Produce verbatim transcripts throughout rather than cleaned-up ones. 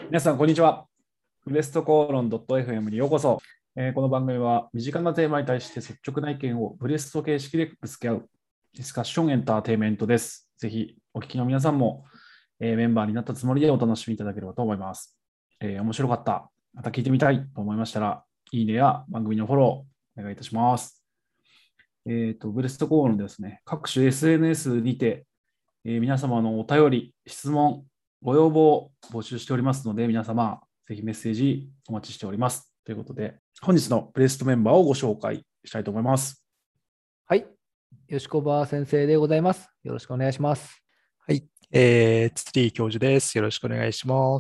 皆さん、こんにちは。ウエストコーロン .fm にようこそ、えーこの番組は身近なテーマに対して率直な意見をブレスト形式でぶつけ合うディスカッションエンターテインメントです。ぜひお聞きの皆さんも、えーメンバーになったつもりでお楽しみいただければと思います。えー面白かった、また聞いてみたいと思いましたら、いいねや番組のフォローお願いいたします。えっと、ブレストコーロンですね、各種 エスエヌエス にて、えー皆様のお便り、質問、ご要望を募集しておりますので、皆様、ぜひメッセージお待ちしております。ということで、本日のブレストメンバーをご紹介したいと思います。 はい。吉小場先生でございます。よろしくお願いします。 はい、えー、ツリー教授です。よろしくお願いします。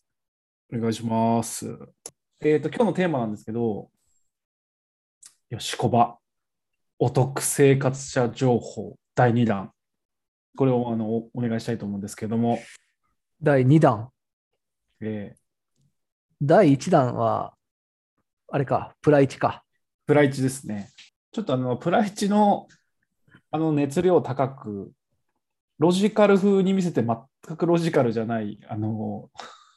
お願いします。えっと、今日のテーマなんですけど、吉小場、お得生活者情報だいに弾。これをあのおお願いしたいと思うんですけども、 だいに弾。 えーだいいち弾は、あれか、プラいちか。 プライチですね。ちょっとあの、プライチのあの熱量高く、ロジカル風に見せて全くロジカルじゃない、あの、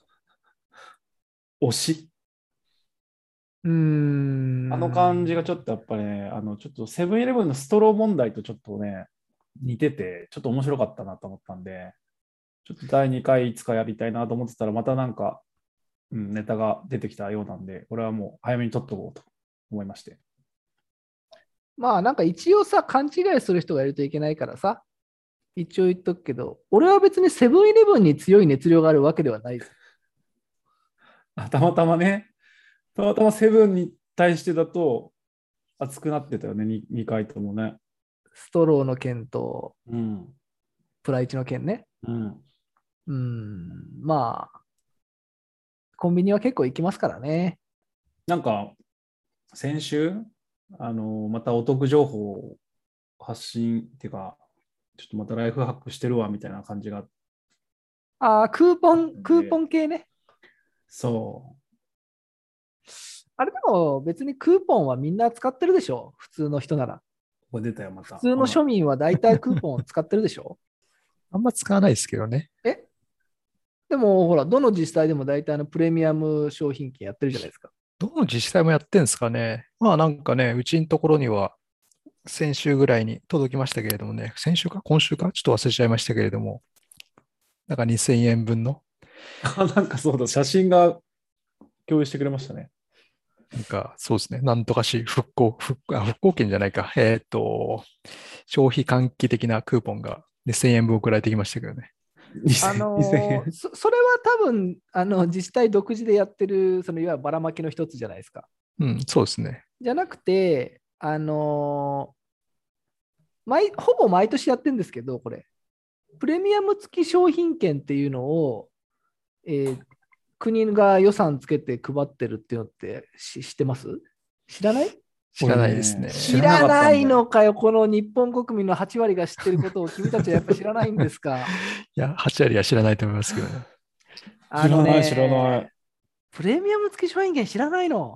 推し。 うーん。 あの感じがちょっとやっぱりね、あの、ちょっとセブンイレブンのストロー問題とちょっとね、似てて、ちょっと面白かったなと思ったんで、ちょっとだいにかいいつかやりたいなと思ってたら、またなんか、うん、ネタが出てきたようなんで、これはもう早めに取っとこうと思いまして。 まあ、なんか一応さ、勘違いする人がいるといけないからさ、一応言っとくけど、俺は別にセブンイレブンに強い熱量があるわけではないです。 あ、たまたまね、たまたまセブンに対してだと熱くなってたよね、に, にかいともね。 ストローの件とうん。 プラいちの件ね。 うん。 うーん。まあ、コンビニは結構行きますからね。 なんか、先週、あの、またお得情報を発信っていうか、ちょっとまたライフハックしてるわみたいな感じが、 ああ、クーポン、クーポン系ね。 そあれでも別にクーポンはみんな使ってるでしょ、普通の人なら。 う、ここ出たよ、また。 普通の庶民は大体クーポンを使ってるでしょ。 あんま使わないですけどね。 えでもほら、どの自治体でも大体あのプレミアム商品券やってるじゃないですか。 どの自治体もやってんですかね。まあなんかね、うちのところには先週ぐらいに届きましたけれどもね、先週か今週かちょっと忘れちゃいましたけれども、なんかにせんえんぶんの、 あ、なんかそうだ、写真が共有してくれましたね。 なんかそうですね、なんとかし復興、復あ復興券じゃないか、えっと、消費喚起的なクーポンがにせんえんぶん送られてきましたけどね。 あのーそ、それは多分あの自治体独自でやってる、そのいわゆるばらまきの一つじゃないですか。 うん、そうですね。 じゃなくて、あのー毎ほぼ毎年やってるんですけど、これ、プレミアム付き商品券っていうのを、えー国が予算つけて配ってるっていうのってし知ってます？知らない？ 知らないですね。 知らないのかよ、この日本国民のはち割が知ってることを君たちはやっぱ知らないんですか？ いや、はち割は知らないと思いますけどね。 あのね、 知らない、知らない。 プレミアム付き商品券知らないの？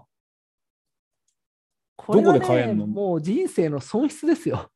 これはどこで買えね、 んの？ もう人生の損失ですよ。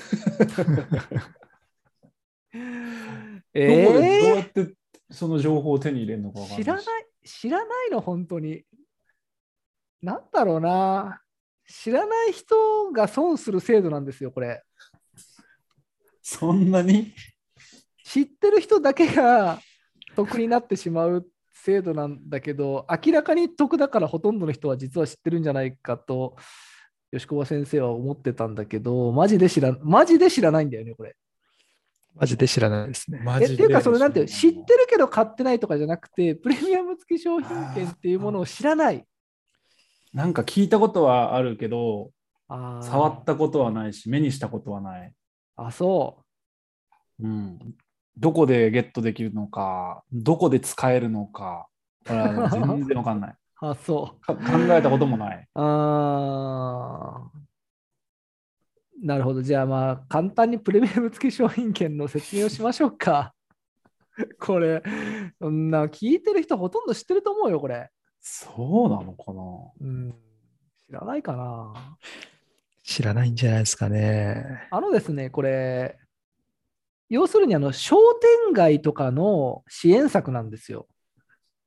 えどこでどうやー、 ってその情報を手に入れるのかわかんないし。 知らない、知らないの、本当に。なんだろうな。知らない人が損する制度なんですよ、これ。 そんなに？ 知ってる人だけが得になってしまう制度なんだけど、明らかに得だからほとんどの人は実は知ってるんじゃないかと、吉川先生は思ってたんだけど、マジで知ら、マジで知らないんだよね、これ。 マジで知らないですね。 マジでえっていうか、それなんていう、知ってる。 るけど買ってないとかじゃなくて、プレミアム付き商品券っていうものを知らない。 なんか聞いたことはあるけど、触あったことはないし、目にしたことはない。 あ、あ、そうん。どこでゲットできるのか、どこで使えるのか、これはもう全然わかんない。 う。あ、そか考えたこともない。 う。ああ、なるほど。じゃあまあ、簡単にプレミアム付き商品券の説明をしましょうか。これ、そんな聞いてる人ほとんど知ってると思うよ、これ。 そうなのかな？ うん、知らないかな。 知らないんじゃないですかね。 あのですね、これ、要するにあの商店街とかの支援策なんですよ。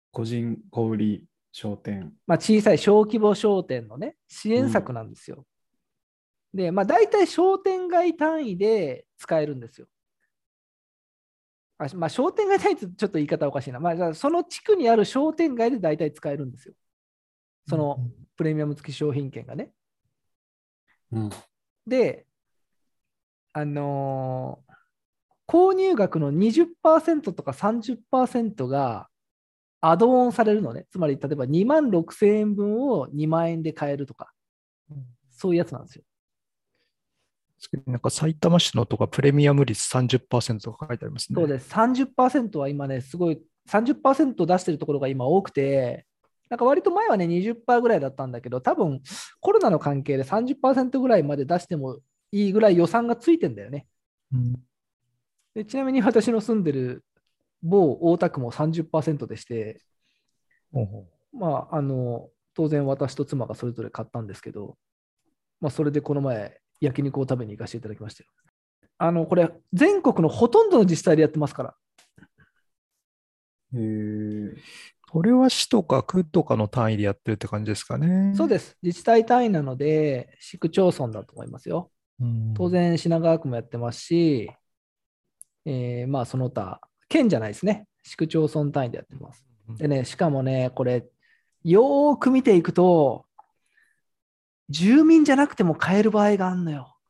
個人小売商店。 まあ、小さい小規模商店のね、支援策なんですよ。うん、で、まあ、大体商店街単位で使えるんですよ。あまあ、商店街単位ってちょっと言い方おかしいな。まあ、その地区にある商店街で大体使えるんですよ。そのプレミアム付き商品券がね。 うん、 で、あのー、購入額の にじゅっパーセント とか さんじゅっパーセント がアドオンされるのね。つまり、例えばにまんろくせんえんぶんをにまんえんで買えるとか、そういうやつなんですよ。 なんか埼玉市のとかプレミアム率 さんじゅっパーセント とか書いてありますね。 そうです。さんじゅっパーセント は今ね、すごい、さんじゅっパーセント 出してるところが今多くて、なんか割と前はね、にじゅっパーセント ぐらいだったんだけど、多分コロナの関係で さんじゅっパーセント ぐらいまで出してもいいぐらい予算がついてんだよね。うん、でちなみに私の住んでる某大田区も さんじゅっパーセント でして、 ほうほうまあ、あの、当然私と妻がそれぞれ買ったんですけど、まあ、それでこの前、焼肉を食べに行かせていただきましたよ。あの、これ、全国のほとんどの自治体でやってますから。 へえ。 これは市とか区とかの単位でやってるって感じですかね。 そうです。自治体単位なので、市区町村だと思いますよ。うん、当然、品川区もやってますし、えー、まあ、その他、県じゃないですね。市区町村単位でやってます。でね、しかもね、これ、よーく見ていくと、住民じゃなくても買える場合があるのよ。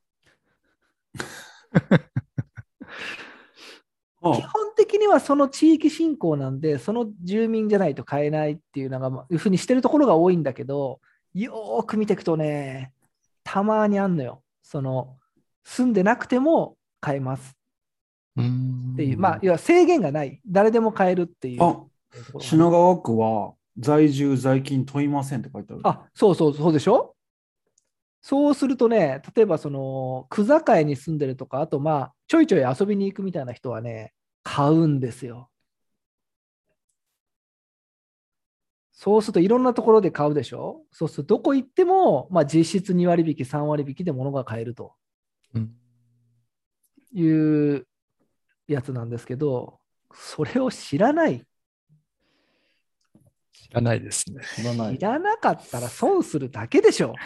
基本的にはその地域振興なんで、その住民じゃないと買えないっていうのが、いうふうにしてるところが多いんだけど、よーく見ていくとね、たまにあんのよ。その、住んでなくても買えます。っていう、まあ、要は制限がない。誰でも買えるっていう。 あ、品川区は在住、在勤問いませんって書いてある。 あ、そうそう、そうでしょ。そうするとね、例えばその区境に住んでるとか、あとまあちょいちょい遊びに行くみたいな人はね、買うんですよ。そうするといろんなところで買うでしょ。そうするとどこ行っても、まあ、実質に割引き、さん割引きで物が買えるというやつなんですけど、それを知らない。 知らないですね。 知らない。知らなかったら損するだけでしょ。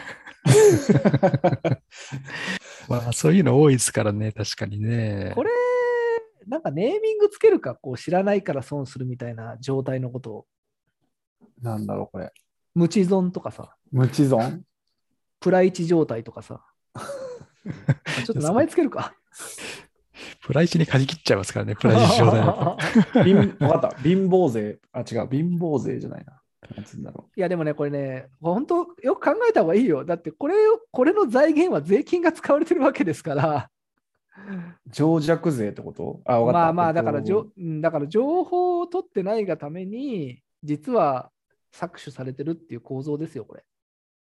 まあそういうの多いですからね、確かにね。 これ、なんかネーミングつけるか、こう知らないから損するみたいな状態のことを。 なんだろう、これ。 無知損とかさ。 無知損プライチ状態とかさ。ちょっと名前つけるか。 プライチにかじきっちゃいますからね、プライチ状態だと。 分かった。貧乏税。あ、違う。貧乏税じゃないな。なんつうんだろう。いや、でもね、これね、本当よく考えた方がいいよ。だってこれ、これの財源は税金が使われてるわけですから。 情弱税ってことあ、分かった。 まあまあ、だから、だから情報を取ってないがために、実は搾取されてるっていう構造ですよ、これ。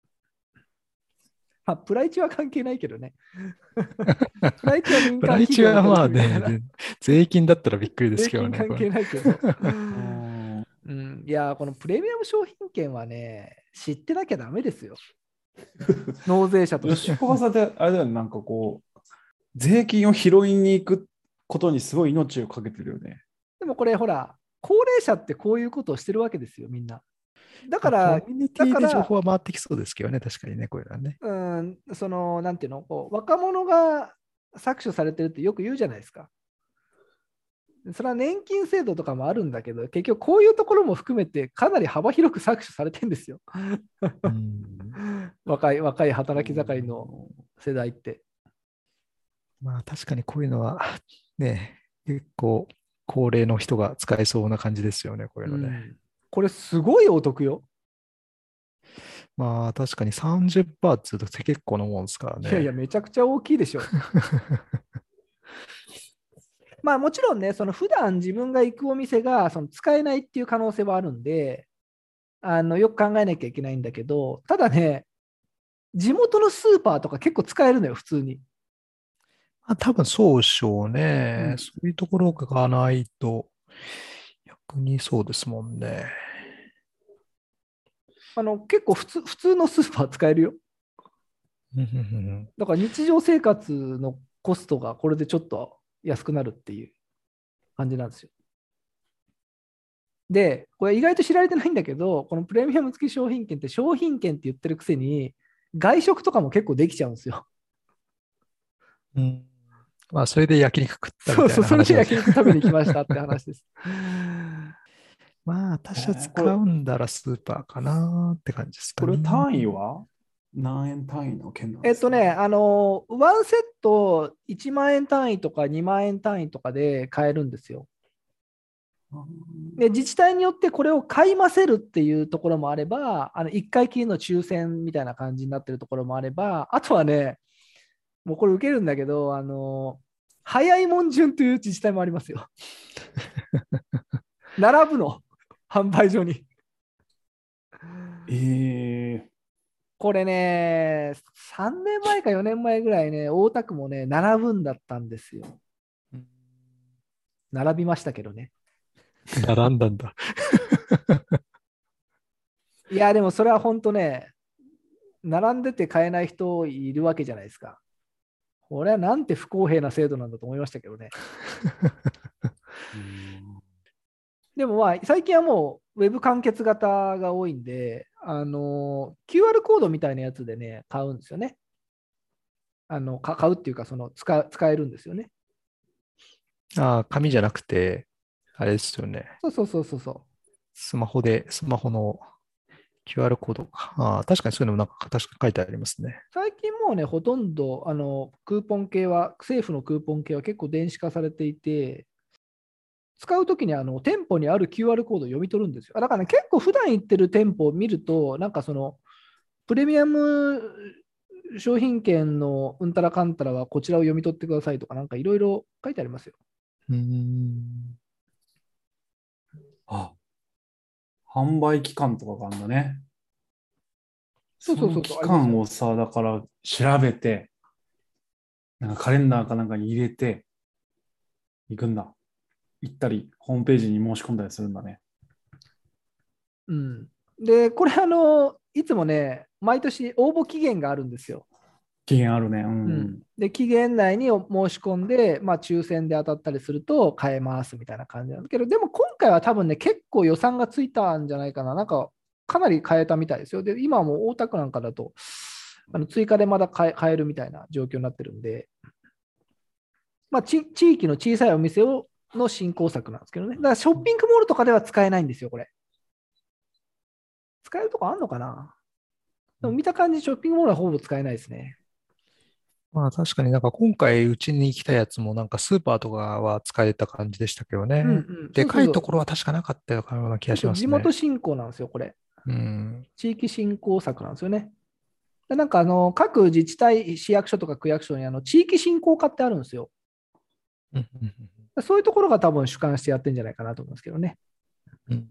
まあ、プライチは関係ないけどね。プライチは民間企業はまあね、税金だったらびっくりですけどね。 税金関係ないけど。うん、いや、このプレミアム商品券はね、知ってなきゃダメですよ。納税者として。 吉川さんって、あれだよね、なんかこう、税金を拾いに行くことにすごい命をかけてるよね。 でもこれ、ほら、高齢者ってこういうことをしてるわけですよ、みんな。だから、 コミュニティで情報は回ってきそうですけどね、確かにね、これはね。 うん、その、なんていうの、こう若者が搾取されてるってよく言うじゃないですか。それは年金制度とかもあるんだけど、結局こういうところも含めてかなり幅広く搾取されてるんですよ。うん若い、若い働き盛りの世代って。 まあ確かにこういうのはね、結構高齢の人が使えそうな感じですよね、こういうのね。うん、 これすごいお得よ。 まあ確かに さんじゅっパーセント って結構なもんですからね。 いやいや、めちゃくちゃ大きいでしょ。まあもちろんね、その普段自分が行くお店がその使えないっていう可能性はあるんで、あのよく考えなきゃいけないんだけど、ただね、地元のスーパーとか結構使えるのよ、普通に。 まあ、多分そうでしょうね、うん。そういうところがないと、逆にそうですもんね。 あの結構普通、普通のスーパー使えるよ。だから日常生活のコストがこれでちょっと安くなるっていう感じなんですよ。 で、これ意外と知られてないんだけど、このプレミアム付き商品券って商品券って言ってるくせに、外食とかも結構できちゃうんですよ。 うん。まあ、それで焼肉食ったみたいそうそう、それでな話なんですね。 焼肉食べに来ましたって話です。 まあ、 え私はーこれ、 使うんだらスーパーかなって感じですかね。 これ単位は何円単位の券なんですか？ えっとね、あの、ワンセットいちまん円単位とかにまん円単位とかで買えるんですよ。で、自治体によってこれを買いませるっていうところもあれば、あのいっかいきりの抽選みたいな感じになってるところもあれば、あとはね、もうこれ受けるんだけど、あの、早いもん順という自治体もありますよ。並ぶの、販売所に。 えー、 これね、さんねんまえかよねんまえぐらいね、大田区もね、並ぶんだったんですよ。並びましたけどね。 並んだんだ。 いや、でもそれは本当ね、並んでて買えない人いるわけじゃないですか。これはなんて不公平な制度なんだと思いましたけどね。 うんでもまあ、最近はもう、ウェブ完結型が多いんで、あの、キューアール コードみたいなやつでね、買うんですよね。あの、か買うっていうか、その使、使えるんですよね。 ああ、紙じゃなくて、あれですよね。 そうそうそうそうそう。 スマホで、スマホの キューアール コードか。ああ、確かにそういうのもなんか確か書いてありますね。 最近もうね、ほとんどあのクーポン系は、政府のクーポン系は結構電子化されていて、使うときにあの店舗にある キューアール コードを読み取るんですよ。だからね、結構普段行ってる店舗を見ると、なんかそのプレミアム商品券のうんたらかんたらはこちらを読み取ってくださいとか、なんかいろいろ書いてありますよ。 うーん。 あ、販売期間とかがあるんだね。そそうそうそうそう、 の期ありますよ。 間をさ、だから調べて、なんかカレンダーかなんかに入れて行くんだ。行ったり、ホームページに申し込んだりするんだね。 うん。で、これあの、いつもね、毎年応募期限があるんですよ。 期限あるね。ううん、 ん、で、期限内に申し込んで、まあ、抽選で当たったりすると買えますみたいな感じなんだけど、でも今回は多分ね、結構予算がついたんじゃないかな。なんか、かなり買えたみたいですよ。で、今はもう大田区なんかだと、あの追加でまだ買え買えるみたいな状況になってるんで、まあ、ち地域の小さいお店をの振興策なんですけどね。だからショッピングモールとかでは使えないんですよ、これ。使えるとこあんのかな。でも見た感じ、ショッピングモールはほぼ使えないですね。 まあ確かになんか今回うちに来たやつもなんかスーパーとかは使えた感じでしたけどね。 うんうん。 でかいそうそうそう。 ところは確かなかったような気がそうそう、地元しますね。 振興なんですよ、これ。 うん。 地域振興策なんですよね。でなんかあの各自治体、市役所とか区役所にあの地域振興課ってあるんですよ。 うんうんそういうところが多分主管してやってるんじゃないかなと思うんですけどね。 うんうん。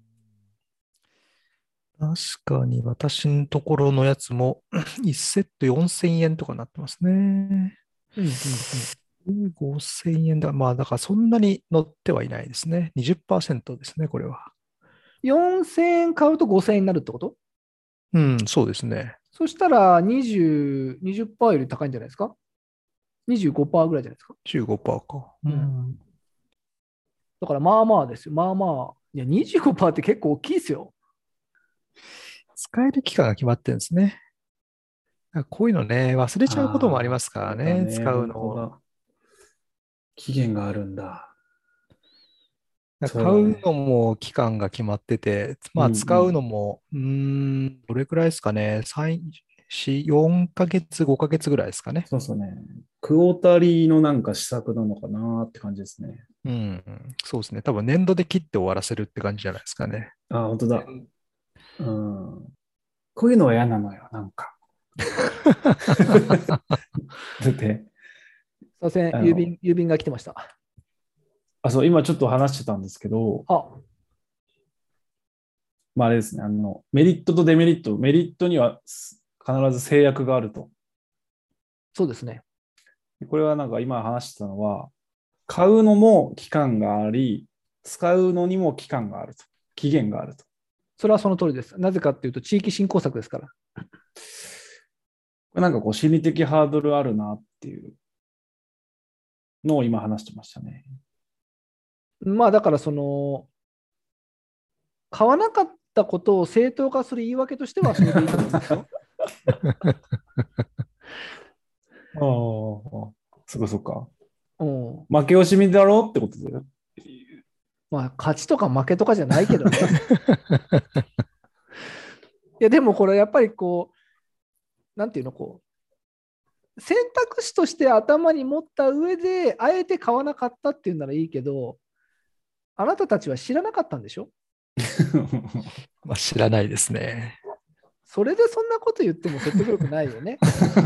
確かに私のところのやつもいちセットよんせんえんとかなってますね。 うんうんうん。 ごせんえんだ。まあだからそんなに乗ってはいないですね。にじゅっパーセントですね、これは。 よんせんえん買うとごせんえんになるってこと？ うん、そうですね。 そしたらにじゅう、にじゅっパーセントより高いんじゃないですか？ にじゅうごパーセント ぐらいじゃないですか？ じゅうごパーセントか。ううん。 ん。 だからまあまあですよ。まあまあ。いや、にじゅうごパーセントって結構大きいですよ。 使える期間が決まってるんですね。こういうのね、忘れちゃうこともありああ、 ますからそうだね、 ね。 使うのを。 本当だ。期限があるんだ。そう買うだね。 のも期間が決まってて、 うんうまあ使うのん。 も、うーん、どれくらいですかね、さん、よん、よんかげつ、ごかげつぐらいですかね。 そうそうね。クォータリーのなんか施策なのかなって感じですね。 うん、そうですね。多分年度で切って終わらせるって感じじゃないですかね。 ああ、本当だ。うん。こういうのは嫌なのよ、なんか。だって、 すいません、 あの、 郵便、郵便が来てました。 あ、そう、今ちょっと話してたんですけど、 あ、 まああれですね、あの、メリットとデメリット、メリットにはす必ず制約があると。 そうですね。 これはなんか今話してたのは、買うのも期間があり、使うのにも期間があると。期限があると。 それはその通りです。なぜかっていうと、地域振興策ですから。 なんかこう心理的ハードルあるなっていうのを今話してましたね。 まあ、だからその、 買わなかったことを正当化する言い訳としてはそれでいいと思うんですよ。 ああ、そっかそっか。 うん、 負け惜しみだろうってことだよ。 まあ、勝ちとか負けとかじゃないけどね。いや、でもこれやっぱりこう、なんていうの、こう、選択肢として頭に持った上で、あえて買わなかったっていうならいいけど、あなたたちは知らなかったんでしょ？ まあ、知らないですね。 それでそんなこと言っても説得力ないよね。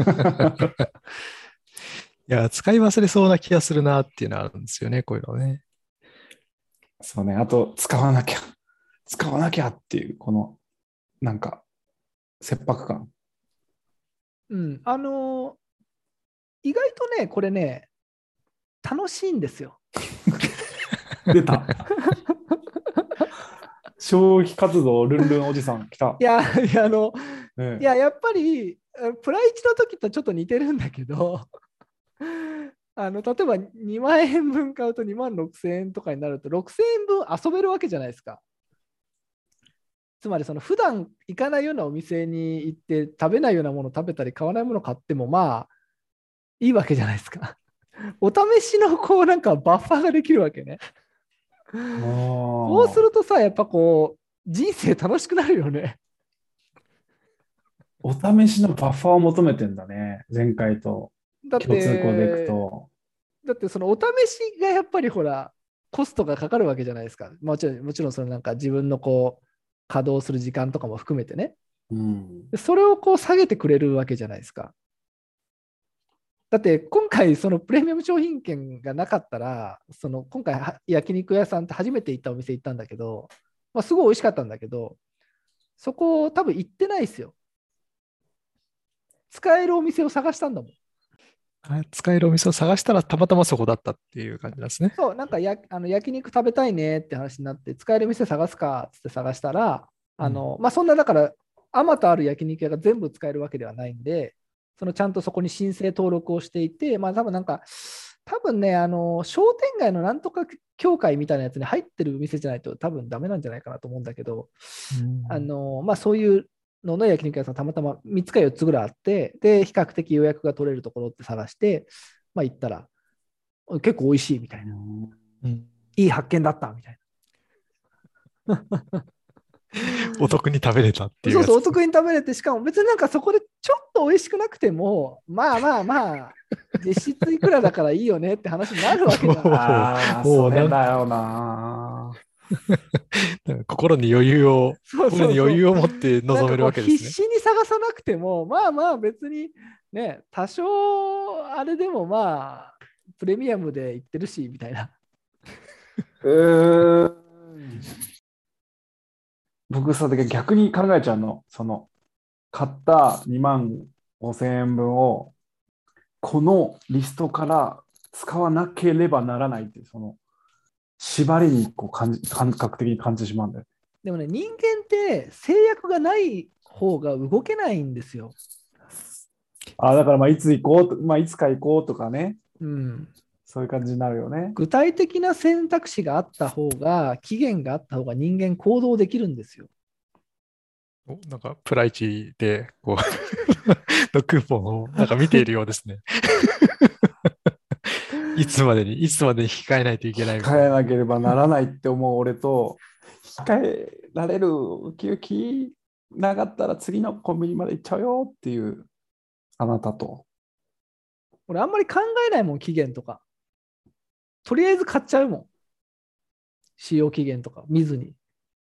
いや、使い忘れそうな気がするなっていうのはあるんですよね、こういうのね。 そうね。あと、使わなきゃ、使わなきゃっていう、この、なんか、切迫感。 うん。あのー意外とね、これね、楽しいんですよ。 出た。消費活動ルンルンおじさん来た。 いや、いや、あの、 ねいや、やっぱり、プライチの時とちょっと似てるんだけど、あの例えばにまん円分買うとにまんろくせんえんとかになるとろくせんえんぶん遊べるわけじゃないですか。つまりその普段行かないようなお店に行って食べないようなものを食べたり買わないものを買ってもまあいいわけじゃないですか。お試しのこうなんかバッファーができるわけね。そうするとさ、やっぱこう人生楽しくなるよね。 お試しのバッファーを求めてんだね。前回とだって共通項でいくと。 だってそのお試しがやっぱりほらコストがかかるわけじゃないですか。もちろんもちろんそのなんか自分のこう稼働する時間とかも含めてね。 うん、 それをこう下げてくれるわけじゃないですか。だって今回そのプレミアム商品券がなかったら、その今回焼肉屋さんって初めて行ったお店行ったんだけど、まあ、すごい美味しかったんだけど、そこ多分行ってないですよ。使えるお店を探したんだもん。 使えるお店を探したらたまたまそこだったっていう感じなんですね。 そう、なんかやあの焼肉食べたいねって話になって、使える店探すかっつって探したら、あの、うん、まあそんなだから、あまたある焼肉屋が全部使えるわけではないんで、そのちゃんとそこに申請登録をしていて、まあ多分なんか、多分ね、あの商店街のなんとか協会みたいなやつに入ってる店じゃないと多分ダメなんじゃないかなと思うんだけど、うん、あのまあそういうのの焼肉屋さんたまたまみっつかよっつぐらいあって、で、比較的予約が取れるところって探して、まあ行ったら、結構美味しいみたいな。うん、いい発見だったみたいな。 お得に食べれたっていうやつ。 そうそう、お得に食べれて、しかも別になんかそこでちょっと美味しくなくても、まあまあまあ、実質いくらだからいいよねって話になるわけじゃない。 ああ、そうだよな。 心に余裕を、 そうそうそう、 心に余裕を持って臨めるわけですね。 必死に探さなくても、まあまあ別にね、多少あれでもまあ、プレミアムで行ってるし、みたいな。 えー、僕さ、逆に考えちゃうの。その、買ったにまんごせんえんぶんを、このリストから使わなければならないっていう、その、縛りにこう感じ感覚的に感じてしまうんだよ。 でもね、人間って制約がない方が動けないんですよ。 あ、だからまあいつ行こうと、まあ、いつか行こうとかね、 うん、 そういう感じになるよね。 具体的な選択肢があった方が、期限があった方が人間行動できるんですよ。 お、なんかプライチでこうのクーポンをなんか見ているようですね。いつまでに、いつまでに控えないといけないみたいな。 控えなければならないって思う俺と、控えられるウキウキなかったら次のコンビニまで行っちゃうよっていうあなたと。 俺あんまり考えないもん、期限とか。とりあえず買っちゃうもん。使用期限とか見ずに。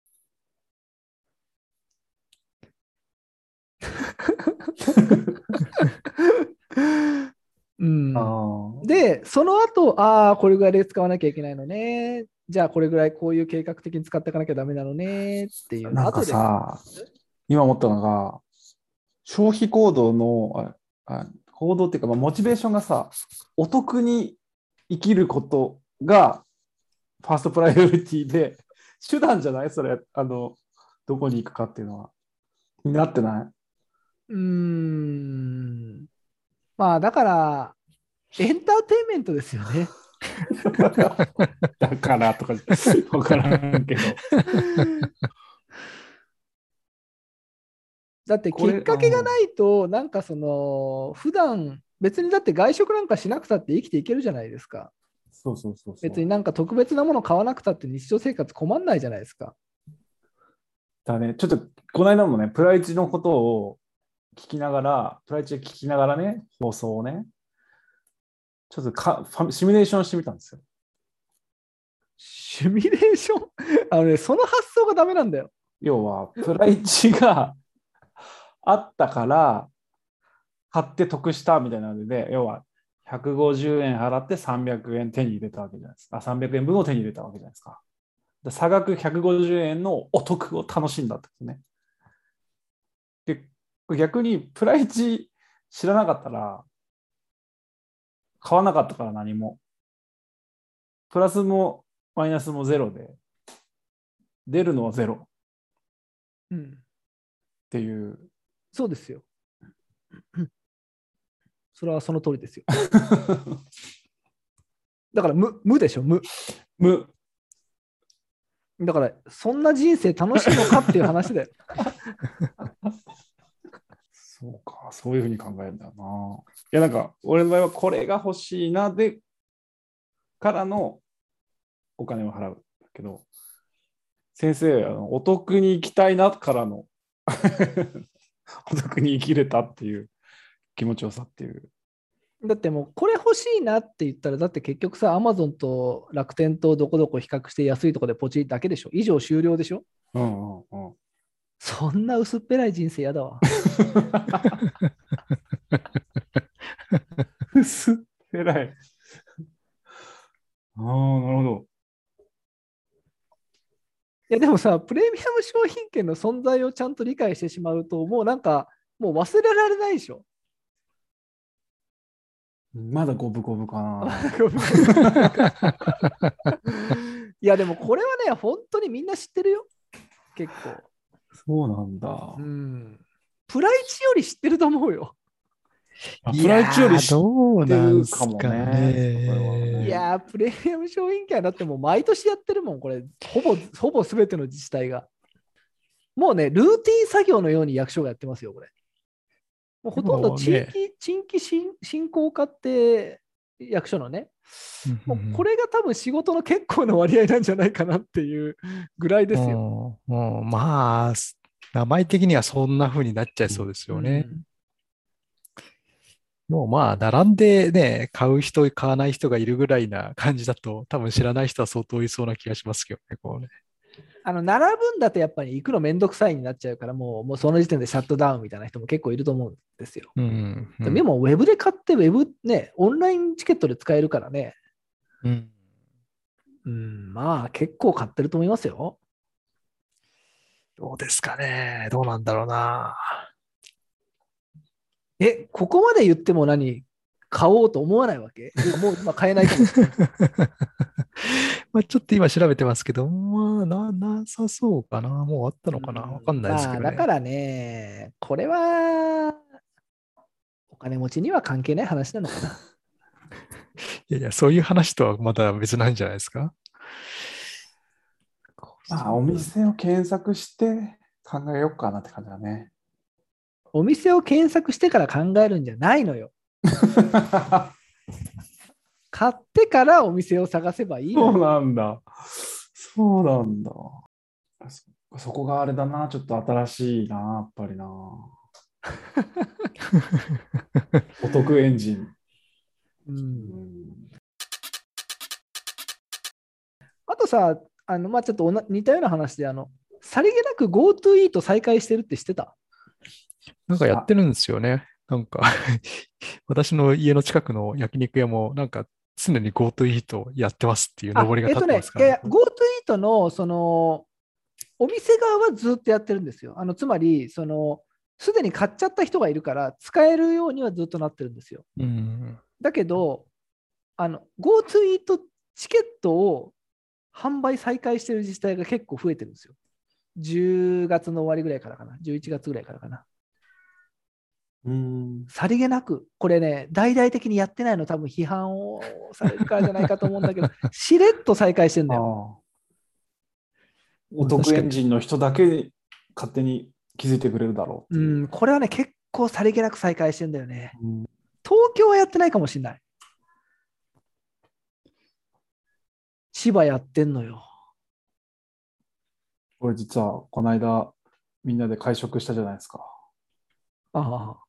うん、で、その後、ああ、これぐらいで使わなきゃいけないのね。じゃあ、これぐらいこういう計画的に使っていかなきゃダメなのねっていう。 なんかさ、今思ったのが、消費行動の、あ行動っていうか、まあ、モチベーションがさ、お得に生きることがファーストプライオリティで、手段じゃないそれ、あの、どこに行くかっていうのは。になってないうーん。まあ、だから、エンターテインメントですよね。 だからとか分からんけど。 だってきっかけがないと、なんかその、普段別にだって外食なんかしなくたって生きていけるじゃないですか。 そうそうそうそう。 別になんか特別なもの買わなくたって日常生活困んないじゃないですか。 だね、ちょっとこの間もね、プライチのことを聞きながら、プライチで聞きながらね、放送をね、ちょっとかファシミュレーションしてみたんですよ。 シミュレーションあのね、その発想がダメなんだよ。 要は、プライチがあったから買って得したみたいなので、要はひゃくごじゅうえん払ってさんびゃくえん手に入れたわけじゃないですか。あ、さんびゃくえんぶんを手に入れたわけじゃないですか。差額ひゃくごじゅうえんのお得を楽しんだってことね。で、逆にプライチ知らなかったら、買わなかったから何も。プラスもマイナスもゼロで、出るのはゼロうん。 っていう。 そうですよ。それはその通りですよ。だから無、無でしょ、無。 無。 だから、そんな人生楽しいのかっていう話だよ。 そうか、そういうふうに考えるんだよな。いや、なんか、俺の場合はこれが欲しいなで、からのお金を払うんだけど、先生、あのお得に行きたいなからのお得に生きれたっていう気持ちよさっていう。 だってもう、これ欲しいなって言ったら、だって結局さ、アマゾンと楽天とどこどこ比較して安いところでポチだけでしょ。以上終了でしょ。 うんうんうん。 そんな薄っぺらい人生やだわ。 薄っぺらい。ああ、なるほど。 いやでもさ、プレミアム商品券の存在をちゃんと理解してしまうと、もうなんか、もう忘れられないでしょ。 まだ五分五分かな。 いやでもこれはね、本当にみんな知ってるよ。結構。 そうなんだ。 うん。プライチより知ってると思うよ。 プライチより知ってるかもかもね。 ね。 いやー、プレミアム商品券はだってもう毎年やってるもん、これ。ほぼ、ほぼ全ての自治体が。もうね、ルーティン作業のように役所がやってますよ、これ。もうほとんど地域、ね、地域振興課って役所のね、もうこれが多分仕事の結構な割合なんじゃないかなっていうぐらいですよ。 うんうん、まあ、名前的にはそんな風になっちゃいそうですよね。うんもうまあ、並んでね、買う人、買わない人がいるぐらいな感じだと、多分知らない人は相当いそうな気がしますけどね、こうね。 あの、並ぶんだとやっぱり行くのめんどくさいになっちゃうから、もう、もうその時点でシャットダウンみたいな人も結構いると思うんですよ。 うんうん、 でも、ウェブで買って、ウェブね、オンラインチケットで使えるからね。 うん。 うん、まあ、結構買ってると思いますよ。 どうですかね。どうなんだろうな。 え、ここまで言っても何買おうと思わないわけ？もう今買えないかもしれない。 まあちょっと今調べてますけど、まあな、なさそうかな。もうあったのかな。わかんないですけどね。 まあ、だからね、これは、お金持ちには関係ない話なのかな。 いやいや、そういう話とはまた別なんじゃないですか。 まあ、お店を検索して考えようかなって感じだね。 お店を検索してから考えるんじゃないのよ。買ってからお店を探せばいいのよ。 そうなんだ。そうなんだ。そ, そこがあれだな。ちょっと新しいな、やっぱりな。お得エンジン。 うんうんあとさ、あのまあ、ちょっと似たような話で、あのさりげなく GoTo イート再開してるって知ってた？ なんかやってるんですよね。なんか私の家の近くの焼肉屋もなんか常に GoTo イートやってますっていう上りが立ってますから、ね。 えっとね、いやいや GoTo イートのそのお店側はずっとやってるんですよ。あのつまりそのすでに買っちゃった人がいるから使えるようにはずっとなってるんですよ。 うん、 だけどあの GoTo イートチケットを販売再開してる自治体が結構増えてるんですよ。じゅうがつの終わりぐらいからかな。じゅういちがつぐらいからかな。 うんさりげなく、これね、大々的にやってないの多分批判をされるからじゃないかと思うんだけど、しれっと再開してんだよ。 お得エンジンの人だけ勝手に気づいてくれるだろうってういう。 ん、これはね、結構さりげなく再開してんだよね。 うん、 東京はやってないかもしれない。千葉やってんのよ。 これ実はこの間みんなで会食したじゃないですか。 ああ。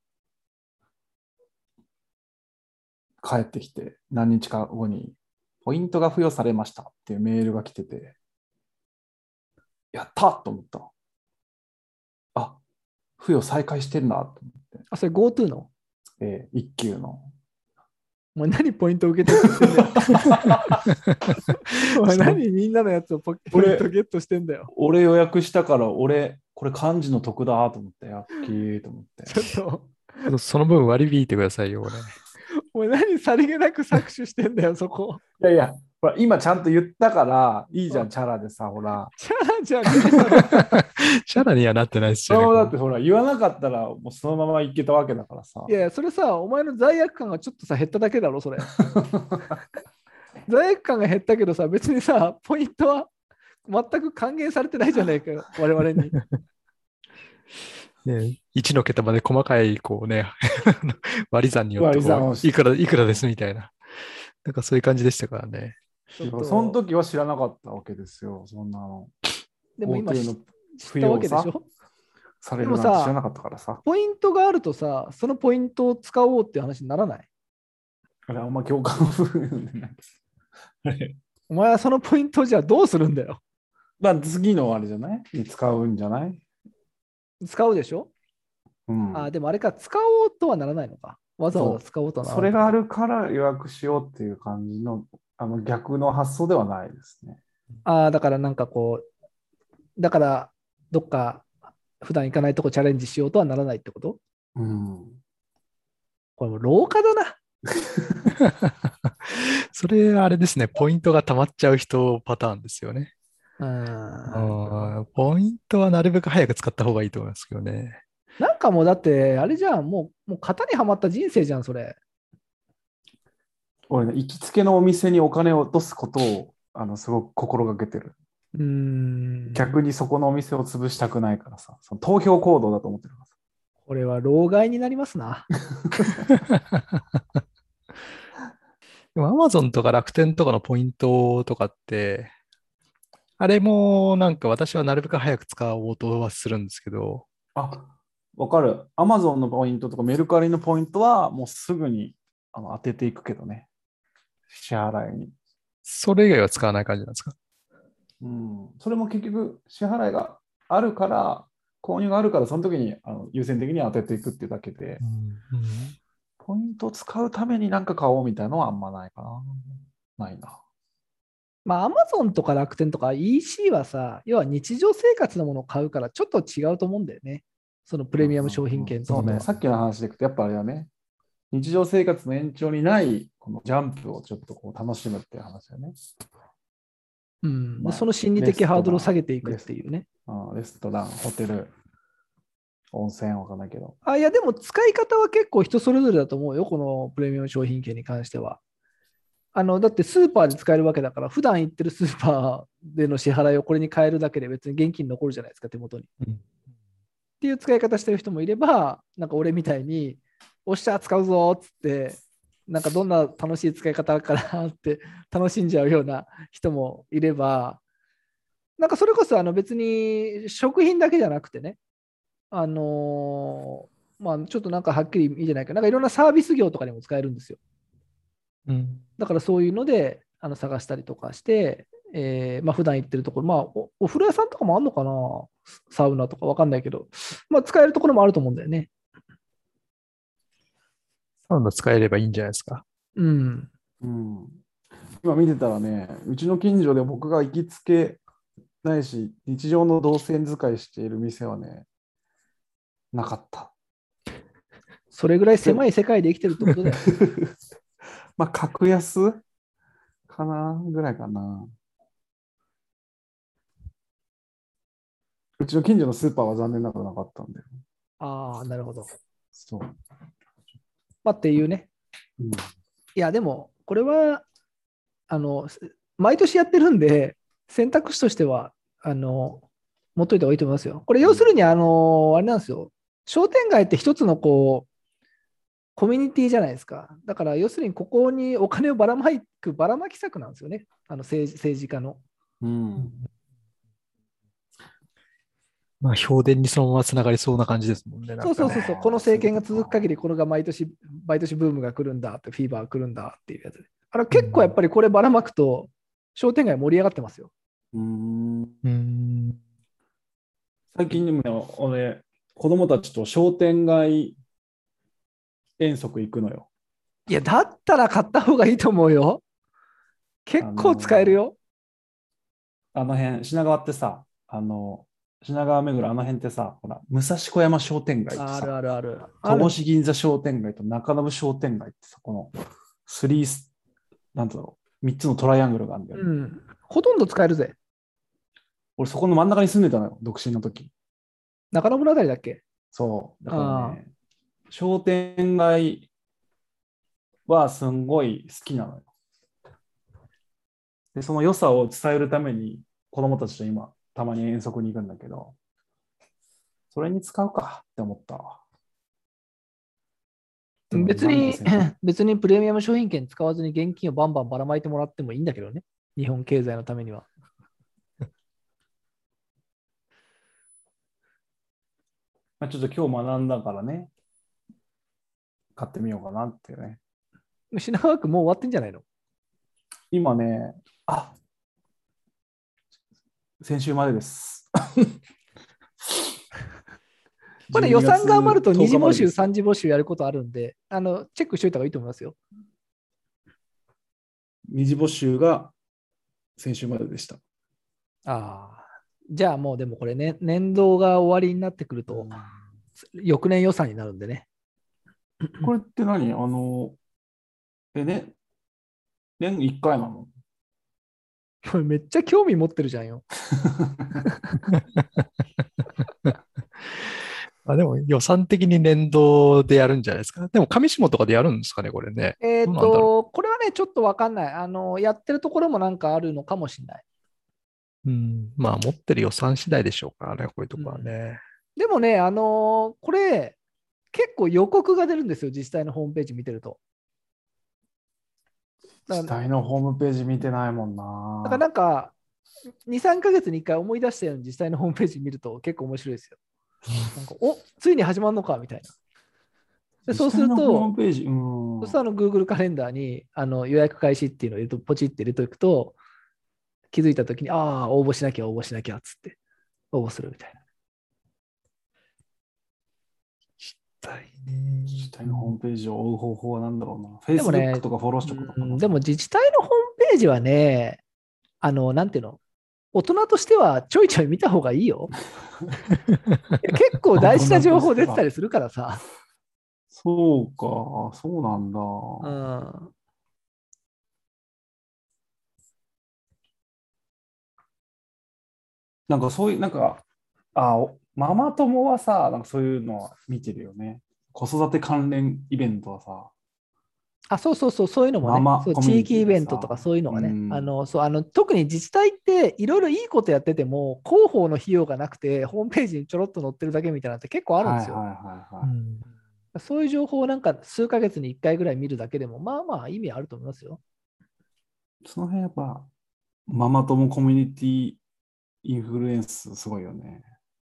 帰ってきて何日か後にポイントが付与されましたっていうメールが来てて、やったと思った。あ、付与再開してんだと思って。 あ、それ GoTo のえー、一級の。 お前何ポイント受け取ってんだよ。お前何みんなのやつをポイントゲットしてんだよ。 俺予約したから俺、これ漢字の得だと思って、やっきーと思って。 ちょっと。 その分割り引いてくださいよ、俺。 お前何さりげなく搾取してんだよ、そこ。 いやいや、ほら今ちゃんと言ったからいいじゃん、チャラでさ、ほら。 チャラじゃねえチャラにはなってないですそのままよ、 だってほら、言わなかったらもうそのままいけたわけだからさ。 いやいや、それさ、お前の罪悪感がちょっとさ、減っただけだろ、それ。罪悪感が減ったけどさ、別にさ、ポイントは全く還元されてないじゃないかよ、我々に。 ね、いちの桁まで細かいこう、ね、割り算によってこ割り算をしういくらいくらですみたいな、なんかそういう感じでしたからね。 その時は知らなかったわけですよ、そんなの。 でも今 GoTo 知のったわけでしょ。 されるなんて知らなかったからさ。 ポイントがあるとさ、そのポイントを使おうっていう話にならない？ あれ、あんま共感をするんでない。 お前はそのポイントをじゃあどうするんだよ。 まあ次のあれじゃないに使うんじゃない、 使うでしょ、 うん、 あ、でもあれか、使おうとはならないのか。わざわざ使おうとはならない。 それがあるから予約しようっていう感じの、あの逆の発想ではないですね。 あ、だからなんかこう、だからどっか普段行かないとこチャレンジしようとはならないってこと？ うん。 これもう廊下だな。 それあれですね、ポイントが溜まっちゃう人パターンですよね。 うん。 あ、ポイントはなるべく早く使った方がいいと思いますけどね。 なんかもうだって、あれじゃん、もう、もう型にはまった人生じゃん、それ。 俺ね、行きつけのお店にお金を落とすことをあのすごく心がけてる。 うーん。 逆にそこのお店を潰したくないからさ、その投票行動だと思ってるからさ。 これは老害になりますな。 でも Amazon とか楽天とかのポイントとかって、あれもなんか私はなるべく早く使おうとはするんですけど。 あ、わかる。Amazon のポイントとかメルカリのポイントはもうすぐにあの当てていくけどね。支払いに。 それ以外は使わない感じなんですか？ うん。それも結局支払いがあるから、購入があるから、その時にあの優先的に当てていくっていうだけで、 うんうん、 ポイントを使うために何か買おうみたいなのはあんまないかな。ないな。 まあ、Amazon とか楽天とか イーシー はさ、要は日常生活のものを買うからちょっと違うと思うんだよね。そのプレミアム商品券とかとは、 そうね。さっきの話でいくと、やっぱあれだね。日常生活の延長にないこのジャンプをちょっとこう楽しむっていう話だね。 うんまあでその心理的ハードルを下げていくっていうね。 あレストラン、ホテル、温泉わかんないけど。 あ、いや、でも使い方は結構人それぞれだと思うよ、このプレミアム商品券に関しては。あのだってスーパーで使えるわけだから、普段行ってるスーパーでの支払いをこれに変えるだけで別に現金残るじゃないですか、手元に。 うん、 っていう使い方してる人もいれば、なんか俺みたいに、おっしゃ、使うぞっつって、なんかどんな楽しい使い方かなって楽しんじゃうような人もいれば、なんかそれこそあの別に食品だけじゃなくてね、あのーまあちょっとなんかはっきりいいじゃないか、なんかいろんなサービス業とかにも使えるんですよ。 うん、 だからそういうのであの探したりとかして、えー、まあ普段行ってるところ、まあお、お風呂屋さんとかもあるのかな、サウナとかわかんないけど、まあ使えるところもあると思うんだよね。 サウナ使えればいいんじゃないですか。 うん。 うん、今見てたらね、うちの近所で僕が行きつけないし、日常の動線使いしている店はね、なかった。 それぐらい狭い世界で生きてるってことだよ。 まあ、格安かなぐらいかな。うちの近所のスーパーは残念ながらなかったんで。 ああ、なるほど。 そう。 まあっていうね。 うん、 いや、でも、これは、あの、毎年やってるんで、選択肢としては、あの、 持っといた方がいいと思いますよ。これ、要するに、あの、あれなんですよ。商店街って一つのこう、コミュニティじゃないですか。だから、要するに、ここにお金をばらまく、ばらまき策なんですよね。あの政治政治家の。 うん。 まあ、評伝にそのままつながりそうな感じですもんね。なんかね。 そうそうそうそう、この政権が続く限り、これが毎年、毎年ブームが来るんだって、フィーバーが来るんだっていうやつで。あれ、結構やっぱりこればらまくと、商店街盛り上がってますよ。 うーん。 うーん。 最近でもね、俺、子供たちと商店街遠足行くのよ。 いや、だったら買った方がいいと思うよ。結構使えるよ。 あの辺、品川ってさ、あの、品川目黒あの辺ってさ、ほら、武蔵小山商店街ってあるさ、 あるある。ある戸越銀座商店街と中延商店街ってさ、このスリース、なんだろう、みっつのトライアングルがあるんだよね。 うん。ほとんど使えるぜ。 俺、そこの真ん中に住んでたのよ、独身の時。 中野村あたりだっけ？ そう。だからね、商店街はすんごい好きなのよ。で、その良さを伝えるために子供たちと今、たまに遠足に行くんだけど、それに使うかって思ったわ。でも別ににまんごせんえん、 別にプレミアム商品券使わずに現金をバンバンばらまいてもらってもいいんだけどね。日本経済のためには。 まあ、ちょっと今日学んだからね、買ってみようかなってね。 品川区もう終わってんじゃないの？ 今ね、あ、先週までです。 これ予算が余ると二次募集、三次。 次募集やることあるんで、あのチェックしといた方がいいと思いますよ。 二次募集が先週まででした。 ああ。じゃあもうでもこれね、年度が終わりになってくると、翌年予算になるんでね。 これって何あの、えね、年いっかいなの？ これめっちゃ興味持ってるじゃんよ。 あ、でも予算的に年度でやるんじゃないですか。でも上下とかでやるんですかね、これね。 えっどうなんだろと、これはね、ちょっとわかんない。あの、やってるところもなんかあるのかもしれない。 う。うん。まあ、持ってる予算次第でしょうからね、こういうとこはうんね。 でもね、あのこれ、結構予告が出るんですよ、自治体のホームページ見てると。だから自治体のホームページ見てないもんだからな。 なんか、に、さんかげつにいっかい思い出したように自治体のホームページ見ると結構面白いですよ。なんかおついに始まるのかみたいな。でそうする自治体のホーと、 ムページ、うん。 そしたらあの Google カレンダーにあの予約開始っていうのを入れるとポチって入れておくと、気づいたときに、ああ、応募しなきゃ、応募しなきゃっつって応募するみたいな。 自治体のホームページを追う方法は何だろうな。 でもね Facebook とかフォローしとくのかな。 うんでも自治体のホームページはね、あの、なんていうの、大人としてはちょいちょい見た方がいいよ。いや結構大事な情報出てたりするからさ。 そうか、そうなんだ。 うん。 なんかそういう、なんか、あ、おママ友はさ、なんかそういうのは見てるよね。子育て関連イベントはさ、 あ、そうそうそう、そういうのもマね、そうマコミュ地域イニティでさ、 ベントとかそういうのがね、 うんあのそうあの特に自治体っていろいろいいことやってても、広報の費用がなくて、ホームページにちょろっと載ってるだけみたいなのって結構あるんですよ。 はいはいはいはい。 うんそういう情報をなんか数ヶ月にいっかいぐらい見るだけでも、まあまあ意味あると思いますよ。 その辺やっぱ、ママ友コミュニティインフルエンスすごいよね。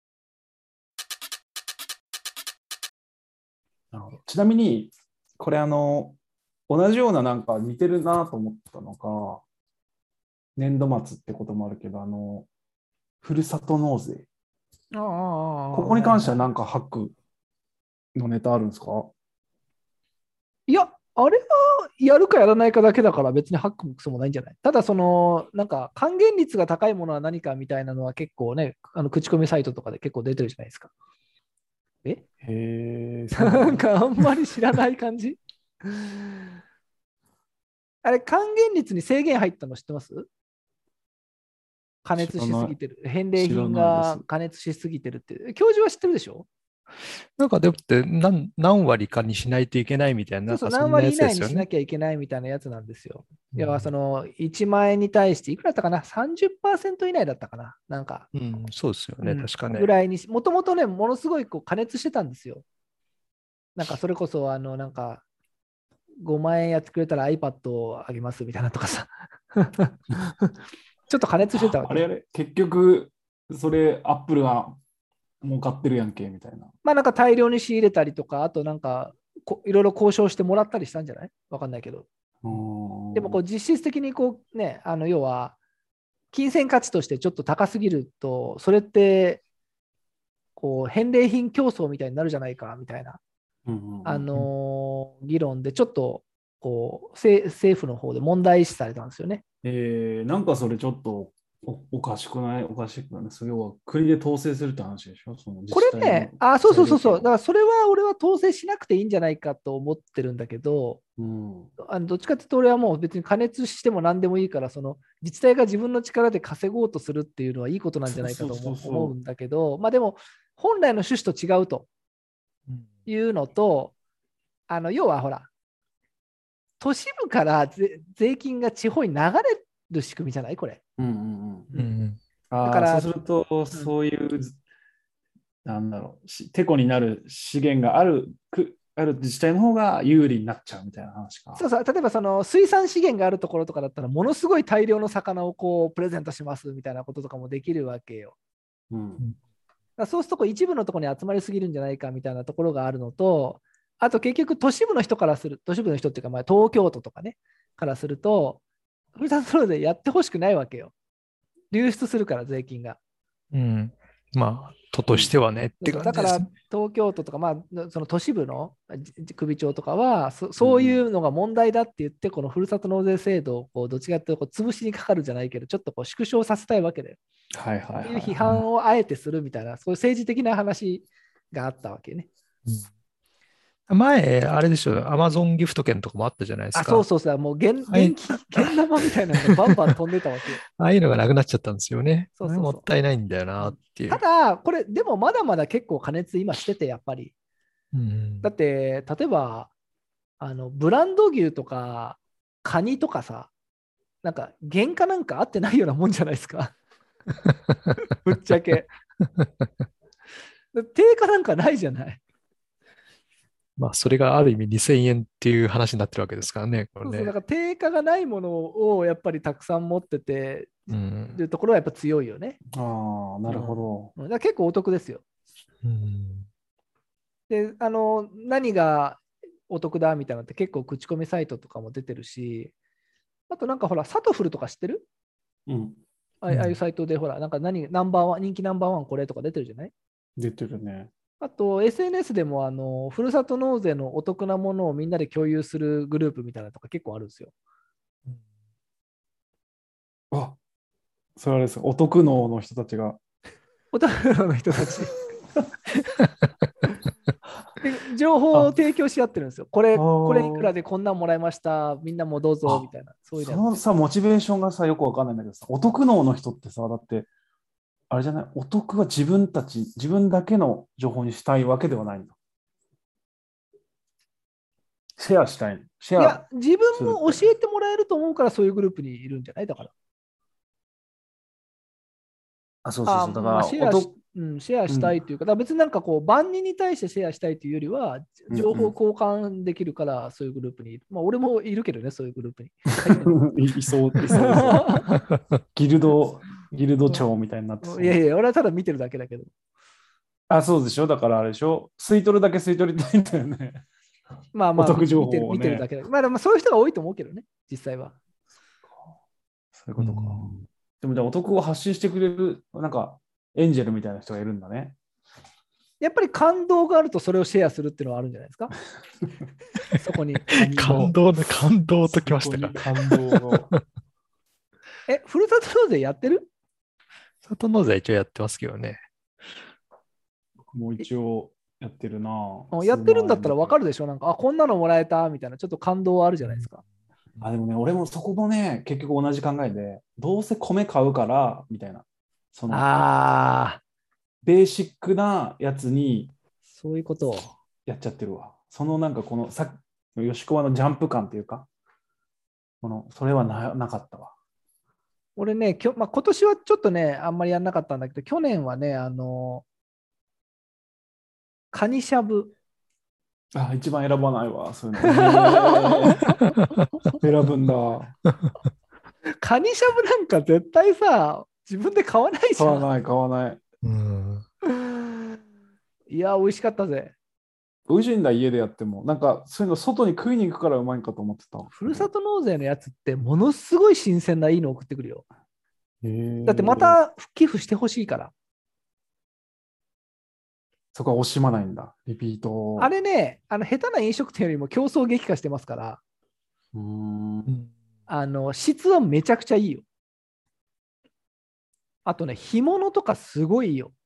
なるほど。ちなみに、これあの、同じようななんか似てるなと思ったのが、年度末ってこともあるけど、あの、ふるさと納税。 ああここに関してはなんかハックのネタあるんですか？ いや、あれはやるかやらないかだけだから別にハックもクソもないんじゃない？ただその、なんか還元率が高いものは何かみたいなのは結構ね、あの口コミサイトとかで結構出てるじゃないですか。えへえ、 なんかあんまり知らない感じあれ、還元率に制限入ったの知ってます？加熱しすぎてる。返礼品が加熱しすぎてるって。教授は知ってるでしょ？ なんかでもって何、何割かにしないといけないみたいな、 そうそう、 なんかそんなや何割以つですよね。 内にしなきゃいけないみたいなやつなんですよ。 うん要はそのいちまん円に対していくらだったかな？ さんじゅっパーセント 以内だったかな、なんか、 うん、そうですよね、 うん、 確かね。 ぐらいにし、もともとね、ものすごいこう加熱してたんですよ。なんかそれこそ、あの、なんかごまん円やってくれたら iPad をあげますみたいなとかさ。ちょっと加熱してたわけ。 あれあれ、結局、それ、アップルが儲かってるやんけ、みたいな。 まあなんか大量に仕入れたりとか、あとなんかこいろいろ交渉してもらったりしたんじゃない？わかんないけど。 うーんでもこう実質的にこうね、あの要は金銭価値としてちょっと高すぎると、それってこう返礼品競争みたいになるじゃないかみたいな、 うんうんうんあのー議論でちょっとこう政政府の方で問題視されたんですよね。 えー、なんかそれちょっとお、おかしくないおかしくないそれは国で統制するって話でしょその自こ治体のれね、あ、そうそうそうそう、だ裁量権をからそれは俺は統制しなくていいんじゃないかと思ってるんだけど、 うんあのどっちかというと俺はもう別に加熱しても何でもいいから、その自治体が自分の力で稼ごうとするっていうのはいいことなんじゃないかと思うそうそうそうそう思うんだけど、まあでも本来の趣旨と違うとうんいうのと、あの要はほら、都市部から税税金が地方に流れる仕組みじゃないこれ。 うんうんうんうんああ、 だから、 そうすると、そういう、なんだろう、してこになる資源があるく、ある自治体の方が有利になっちゃうみたいな話か。 そうそう、例えばその水産資源があるところとかだったら、ものすごい大量の魚をこうプレゼントしますみたいなこととかもできるわけよ。 うんだからそうするとこう一部のところに集まりすぎるんじゃないかみたいなところがあるのと、あと結局都市部の人からする、都市部の人っていうか、まあ東京都とかね、からすると、ふるさと納税やってほしくないわけよ。流出するから税金が。 うんまあ、都としてはねってそうだから感じですね。 東京都とか、まあ、その都市部のじ首長とかはそ、そういうのが問題だって言って、このふるさと納税制度をこうどっちかというとこう潰しにかかるじゃないけど、ちょっとこう縮小させたいわけで、 はいはいはい、 っていう批はい。 判をあえてするみたいな、そういう政治的な話があったわけね。 前、あれでしょ、アマゾンギフト券とかもあったじゃないですあ、そうか。 そうそう、もう現はい現金、現玉みたいなのがバンバン飛んでたわけよ。 ああいうのがなくなっちゃったんですよね。 そうそうそうあれもったいないんだよなっていう。 ただ、これ、でもまだまだ結構加熱今してて、やっぱり。 うんだって、例えば、あのブランド牛とか、カニとかさ、なんか原価なんか合ってないようなもんじゃないですか。ぶっちゃけ。定価なんかないじゃない。 まあ、それがある意味にせんえんっていう話になってるわけですからね。これねそうそう、だから定価がないものをやっぱりたくさん持ってて、 うんいうところはやっぱ強いよね。 ああ、なるほうんだから結構お得ですよ。 うんで、あの、何がお得だみたいなのって結構口コミサイトとかも出てるし、あとなんかほら、サトフルとか知ってる？ ど。うん。 あああいうサイトでほら、なんか何、ナンバーワン、人気ナンバーワンこれとか出てるじゃない？ 出てるね。 あと、エスエヌエス でも、あの、ふるさと納税のお得なものをみんなで共有するグループみたいなのとか結構あるんですよ。 あ、それあれです。お得能の人たちが。 お得の人たち。で情報を提供し合ってるんですよ。これ、 あーこれいくらでこんなんもらいました。みんなもどうぞ、 あみたいな。そういうその。 のさ、モチベーションがさ、よくわかんないんだけどさ、お得能の人ってさ、だって、あれじゃない、お得は自分たち、自分だけの情報にしたいわけではないんだ。シェアしたい。シェアいや、自分も教えてもらえると思うから、そういうグループにいるんじゃないだから。 あ、そうそうそう。だから、 まあシェアしお得うん、シェアしたいというか、だから別になんかこう、万人に対してシェアしたいというよりは、情報交換できるから、そういうグループにいる。まあ、俺もいるけどね、そういうグループに。 いいそう、いそう、いそう。ギルド、ギルド長みたいになってそういやいや、俺はただ見てるだけだけど。 あ、そうでしょ。だからあれでしょ。吸い取るだけ吸い取りたいんだよね。 まあまあ、 お得情報見てるをね見てるだけだけど。まあ、でもそういう人が多いと思うけどね、実際は。 そういうことか。 うんでもじゃあお得を発信してくれる、なんか、エンジェルみたいな人がいるんだね。 やっぱり感動があるとそれをシェアするっていうのはあるんじゃないですか。そこに。 感動の感動ときましたか。 そこに感動を。 え、ふるさと納税やってる？ 里納税一応やってますけどね。 もう一応やってるな。 やってるんだったら分かる。 るでしょ。なんか、あ、こんなのもらえたみたいな、ちょっと感動はあるじゃないですか。 あ、でもね、俺もそこもね、結局同じ考えで、どうせ米買うから、みたいな。その、 ああ、 ベーシックなやつにそういうことを。 やっちゃってるわ。そのなんかこのさ吉川のジャンプ感っていうか、このそれは な, なかったわ。 俺ね、きょまあ、今年はちょっとね、あんまりやんなかったんだけど、去年はね、あの、カニしゃぶ。 あ、一番選ばないわ、そういうの。えー選ぶんだ。 カニしゃぶなんか絶対さ、自分で買わないじゃん。 買わない、買わない。 うん。 いや、美味しかったぜ。 美味しいんだ、家でやっても。なんか、そういうの外に食いに行くからうまいんかと思ってた。 ふるさと納税のやつってものすごい新鮮ないいの送ってくるよ。 へーだってまた寄付してほしいから。 そこは惜しまないんだ、リピートを。 あれね、あの下手な飲食店よりも競争激化してますから、 うーん。 あの質はめちゃくちゃいいよ。あとね、干物とかすごいいいよ。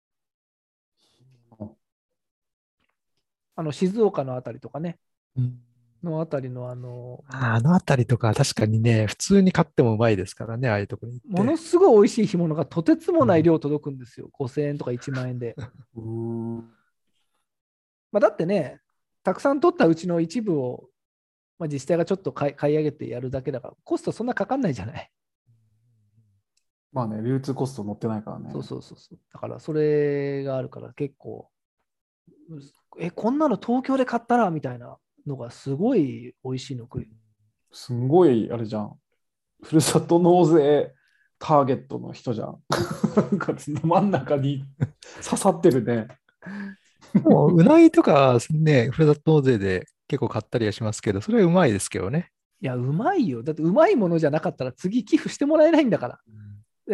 あの静岡のあたりとかね、 うんのあたりのあの、 ああのあたりとか確かにね、普通に買ってもうまいですからね、ああいうところに行って。 ものすごい美味しい干物がとてつもない量届くんですよ。ごせんえんとかいちまん円で。 うーん。 まあ、だってね、たくさん取ったうちの一部を、まあ、自治体がちょっと買い買い上げてやるだけだから、コストそんなかかんないじゃない。 まあね、流通コスト乗ってないからね。 そうそうそうそう。だからそれがあるから結構、え、こんなの東京で買ったらみたいなのがすごい美味しいの来る。 すんごい、あれじゃん。ふるさと納税ターゲットの人じゃん。なんか真ん中に刺さってるね。 もううなぎとかね、ふるさと納税で結構買ったりはしますけど、それはうまいですけどね。 いや、うまいよ。だってうまいものじゃなかったら次寄付してもらえないんだから。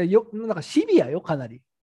よなんかシビアよ、かなり。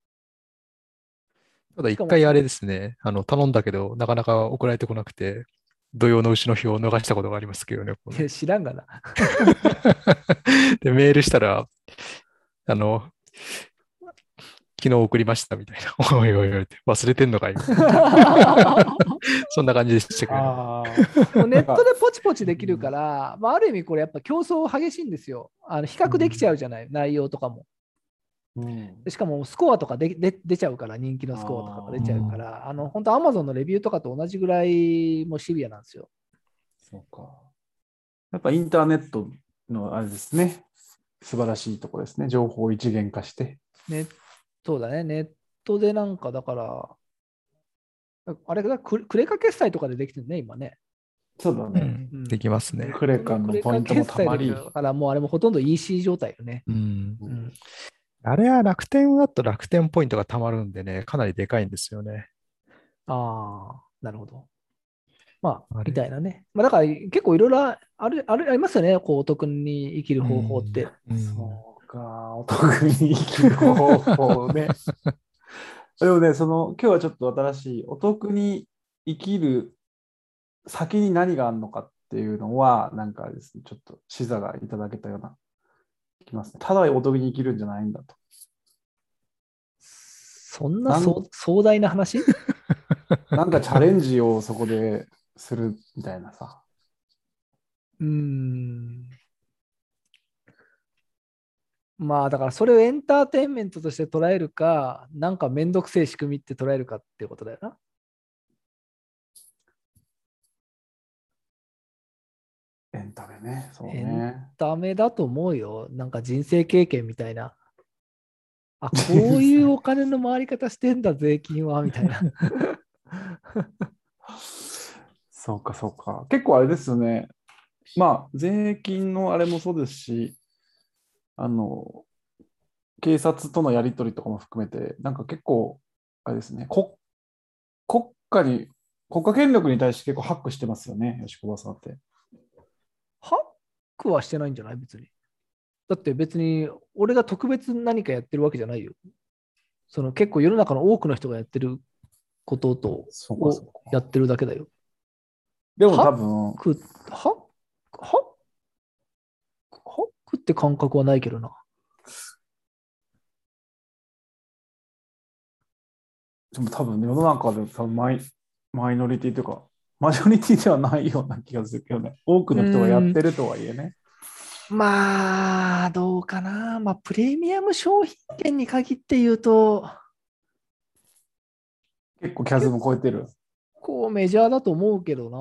ただしかも一回あれですね、あの頼んだけど、なかなか送られてこなくて、土曜の牛の日を逃したことがありますけどね。こいや知らんがな。 れで、メールしたら、あの、昨日送りましたみたいな。おいおいおいって忘れてんのかいみたいなそんな感じでしたけど、ね。 あもうネットでポチポチできるから、まあ、ある意味これやっぱ競争激しいんですよ。あの比較できちゃうじゃない、うん、内容とかも。 うん、 しかもスコアとかでで出ちゃうから、人気のスコアとかが出ちゃうから、あの本当 Amazon のレビューとかと同じぐらいもうシビアなんですよ。 そうか。やっぱインターネットのあれですね。素晴らしいところですね。情報を一元化して。 ね、そうだね。ネットでなんかだから、あれだ、クレカ決済とかでできてるね、今ね。 そうだね。 うん、できますね。 クレカのポイントもたまり。 だからもうあれもほとんど イーシー 状態よね。 うんうん、 あれは楽天だと楽天ポイントがたまるんでね、かなりでかいんですよね。 ああ、なるほど。まあ、みたいなね。まあ、だから結構いろいろある、ある、ありますよね。こう、お得に生きる方法って。 うん、そうか、お得に生きる方法ね。でもね、その、今日はちょっと新しい、お得に生きる先に何があるのかっていうのは、なんかですね、ちょっと視座がいただけたような気ますね。ただお得に生きるんじゃないんだと。 そんな壮壮大な話なんかチャレンジをそこでするみたいなさ。 うーん。まあだからそれをエンターテインメントとして捉えるか、なんかめんどくせえ仕組みって捉えるかっていうことだよな。 エンタメね。そうね。 エンタメだと思うよ。なんか人生経験みたいな。あ、こういうお金の回り方してんだ、税金は、みたいな。 そうか、そうか。結構あれですよね。まあ、税金のあれもそうですし、あの、警察とのやり取りとかも含めて、なんか結構、あれですね、国国家に、国家権力に対して結構ハックしてますよね、吉久保さんって。 ハックはしてないんじゃない別に。だって別に俺が特別何かやってるわけじゃないよ。その結構世の中の多くの人がやってることとをやってるだけだよ。 でも多分、 ハック、ハック、ハック、ハックって感覚はないけどな。 でも多分世の中で多分マイ、マイノリティというか、マジョリティではないような気がするけどね。多くの人がやってるとはいえね。 まあ、どうかな。まあ、プレミアム商品券に限って言うと、 結構キャズム超えてる。 こうメジャーだと思うけどな。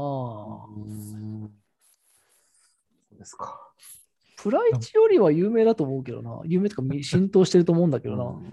そうですか。 プライチよりは有名だと思うけどな。有名とか浸透してると思うんだけどな。 うん、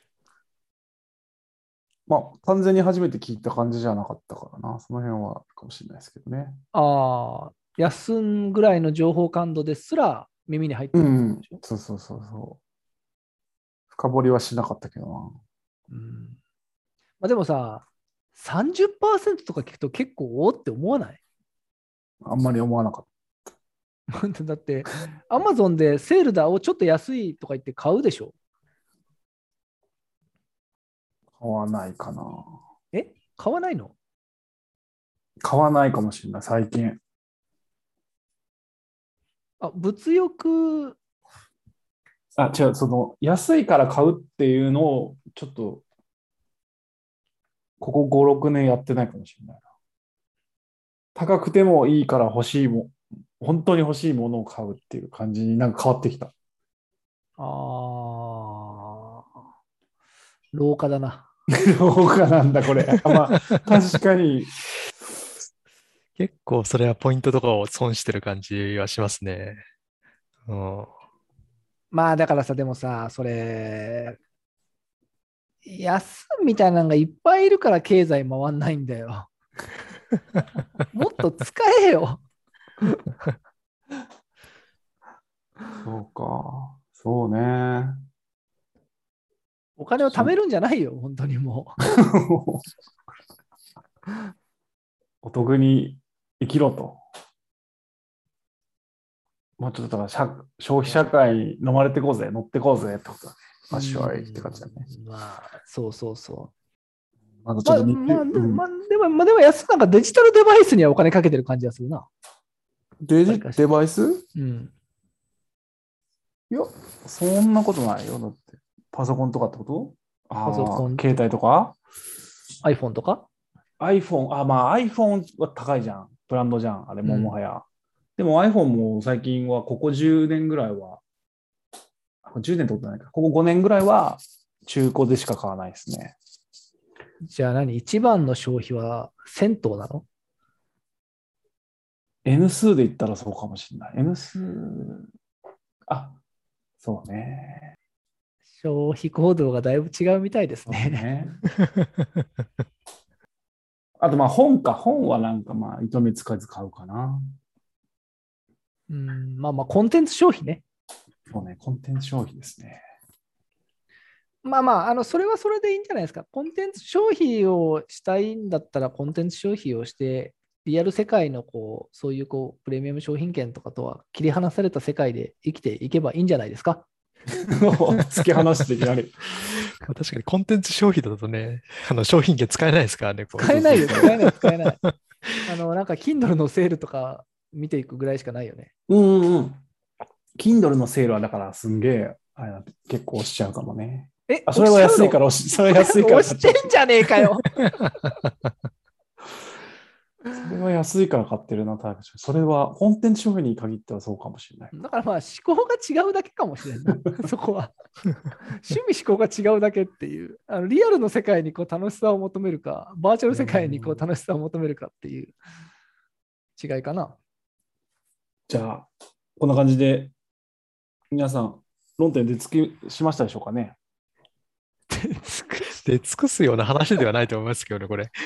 まあ、完全に初めて聞いた感じじゃなかったからな。その辺はかもしれないですけどね。 ああ、休んぐらいの情報感度ですら耳に入ってるんでしょ、 うん、そうそうそうそう。深掘りはしなかったけどな。 うん、まあ、でもさ、さんじゅっパーセント とか聞くと結構おーって思わない？ あんまり思わなかっだって、アマゾンでセールだ、おちょっと安いとか言って買うでしょ？ た。買わないかな。 え買わないの？ 買わないかもしれない、最近。 あ、物欲。 あ、違う、その、安いから買うっていうのを、ちょっと、ここご、ろくねんやってないかもしれないな。高くてもいいから欲しいも、本当に欲しいものを買うっていう感じになんか変わってきた。 ああ、廊下だな。 どうかなんだ、これ。まあ、確かに。 結構それはポイントとかを損してる感じはしますね。うん、 まあだからさ、でもさ、それ、安みたいなのがいっぱいいるから経済回んないんだよ。もっと使えよ。 そうか。そうね。 お金を貯めるんじゃないよ、本当にもお得に生きろと。もうちょっとだから消費社会に飲まれてこうぜ、乗ってこうぜってことだね。ファッションって感じだね。 まあ、そうそうそう。 まだちょっと、 まあ、まあ、でも、まあ、でも、まあ、でも安なんかデジタルデバイスにはお金かけてる感じがするな。 デジデバイス？ うん。 いや、そんなことないよ。だって。パソコンとかってこと？ パソコン。 携帯とか iPhone とか ?iPhone、あ、まあ iPhone は高いじゃん。ブランドじゃん。あれももはや。うん、でも iPhone も最近はここじゅうねんぐらいは、じゅうねんってことないか。ここごねんぐらいは中古でしか買わないですね。 じゃあ何？一番の消費は銭湯なの？ N 数で言ったらそうかもしれない。N 数、あ、そうね。 消費行動がだいぶ違うみたいですね。 ねあとまあ本か。本はなんかまあ糸目つかず買うかな。 うん、まあまあコンテンツ消費ね。 そうね、コンテンツ消費ですね。 まあまあ、あのそれはそれでいいんじゃないですか。コンテンツ消費をしたいんだったらコンテンツ消費をして、リアル世界のこうそういうこうプレミアム商品券とかとは切り離された世界で生きていけばいいんじゃないですか。 突き放していきなり。 確かにコンテンツ消費だとね、あの商品券使えないですからね。 使えないよ、使えない、使えない。あの、なんか Kindle のセールとか見ていくぐらいしかないよね。 うんうん。Kindle のセールはだからすんげえ、あれ結構押しちゃうかもね。 え、 あ、それは安いから押し、それは安いから押してんじゃねえかよ。 それは安いから買ってるな、確かに。それはコンテンツ消費に限ってはそうかもしれない。 だからまあ思考が違うだけかもしれない。そこは。趣味思考が違うだけっていう。あのリアルの世界にこう楽しさを求めるか、バーチャル世界にこう楽しさを求めるかっていう違いかな。 じゃあ、こんな感じで、皆さん、論点出尽きしましたでしょうかね。 出尽くすような話ではないと思いますけどね、これ。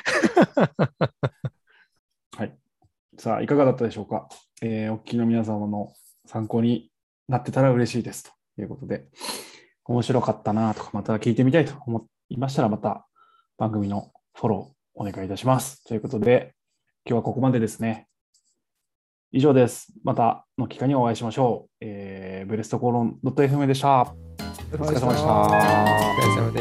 はい。さあ、いかがだったでしょうか。えー、お聞きの皆様の参考になってたら嬉しいですということで、面白かったなとか、また聞いてみたいと思いましたら、また番組のフォローお願いいたします。ということで、今日はここまでですね。以上です。またの機会にお会いしましょう。えー、ブレストコロン .エフエム でした。お疲れ様でした。 お疲れ様です。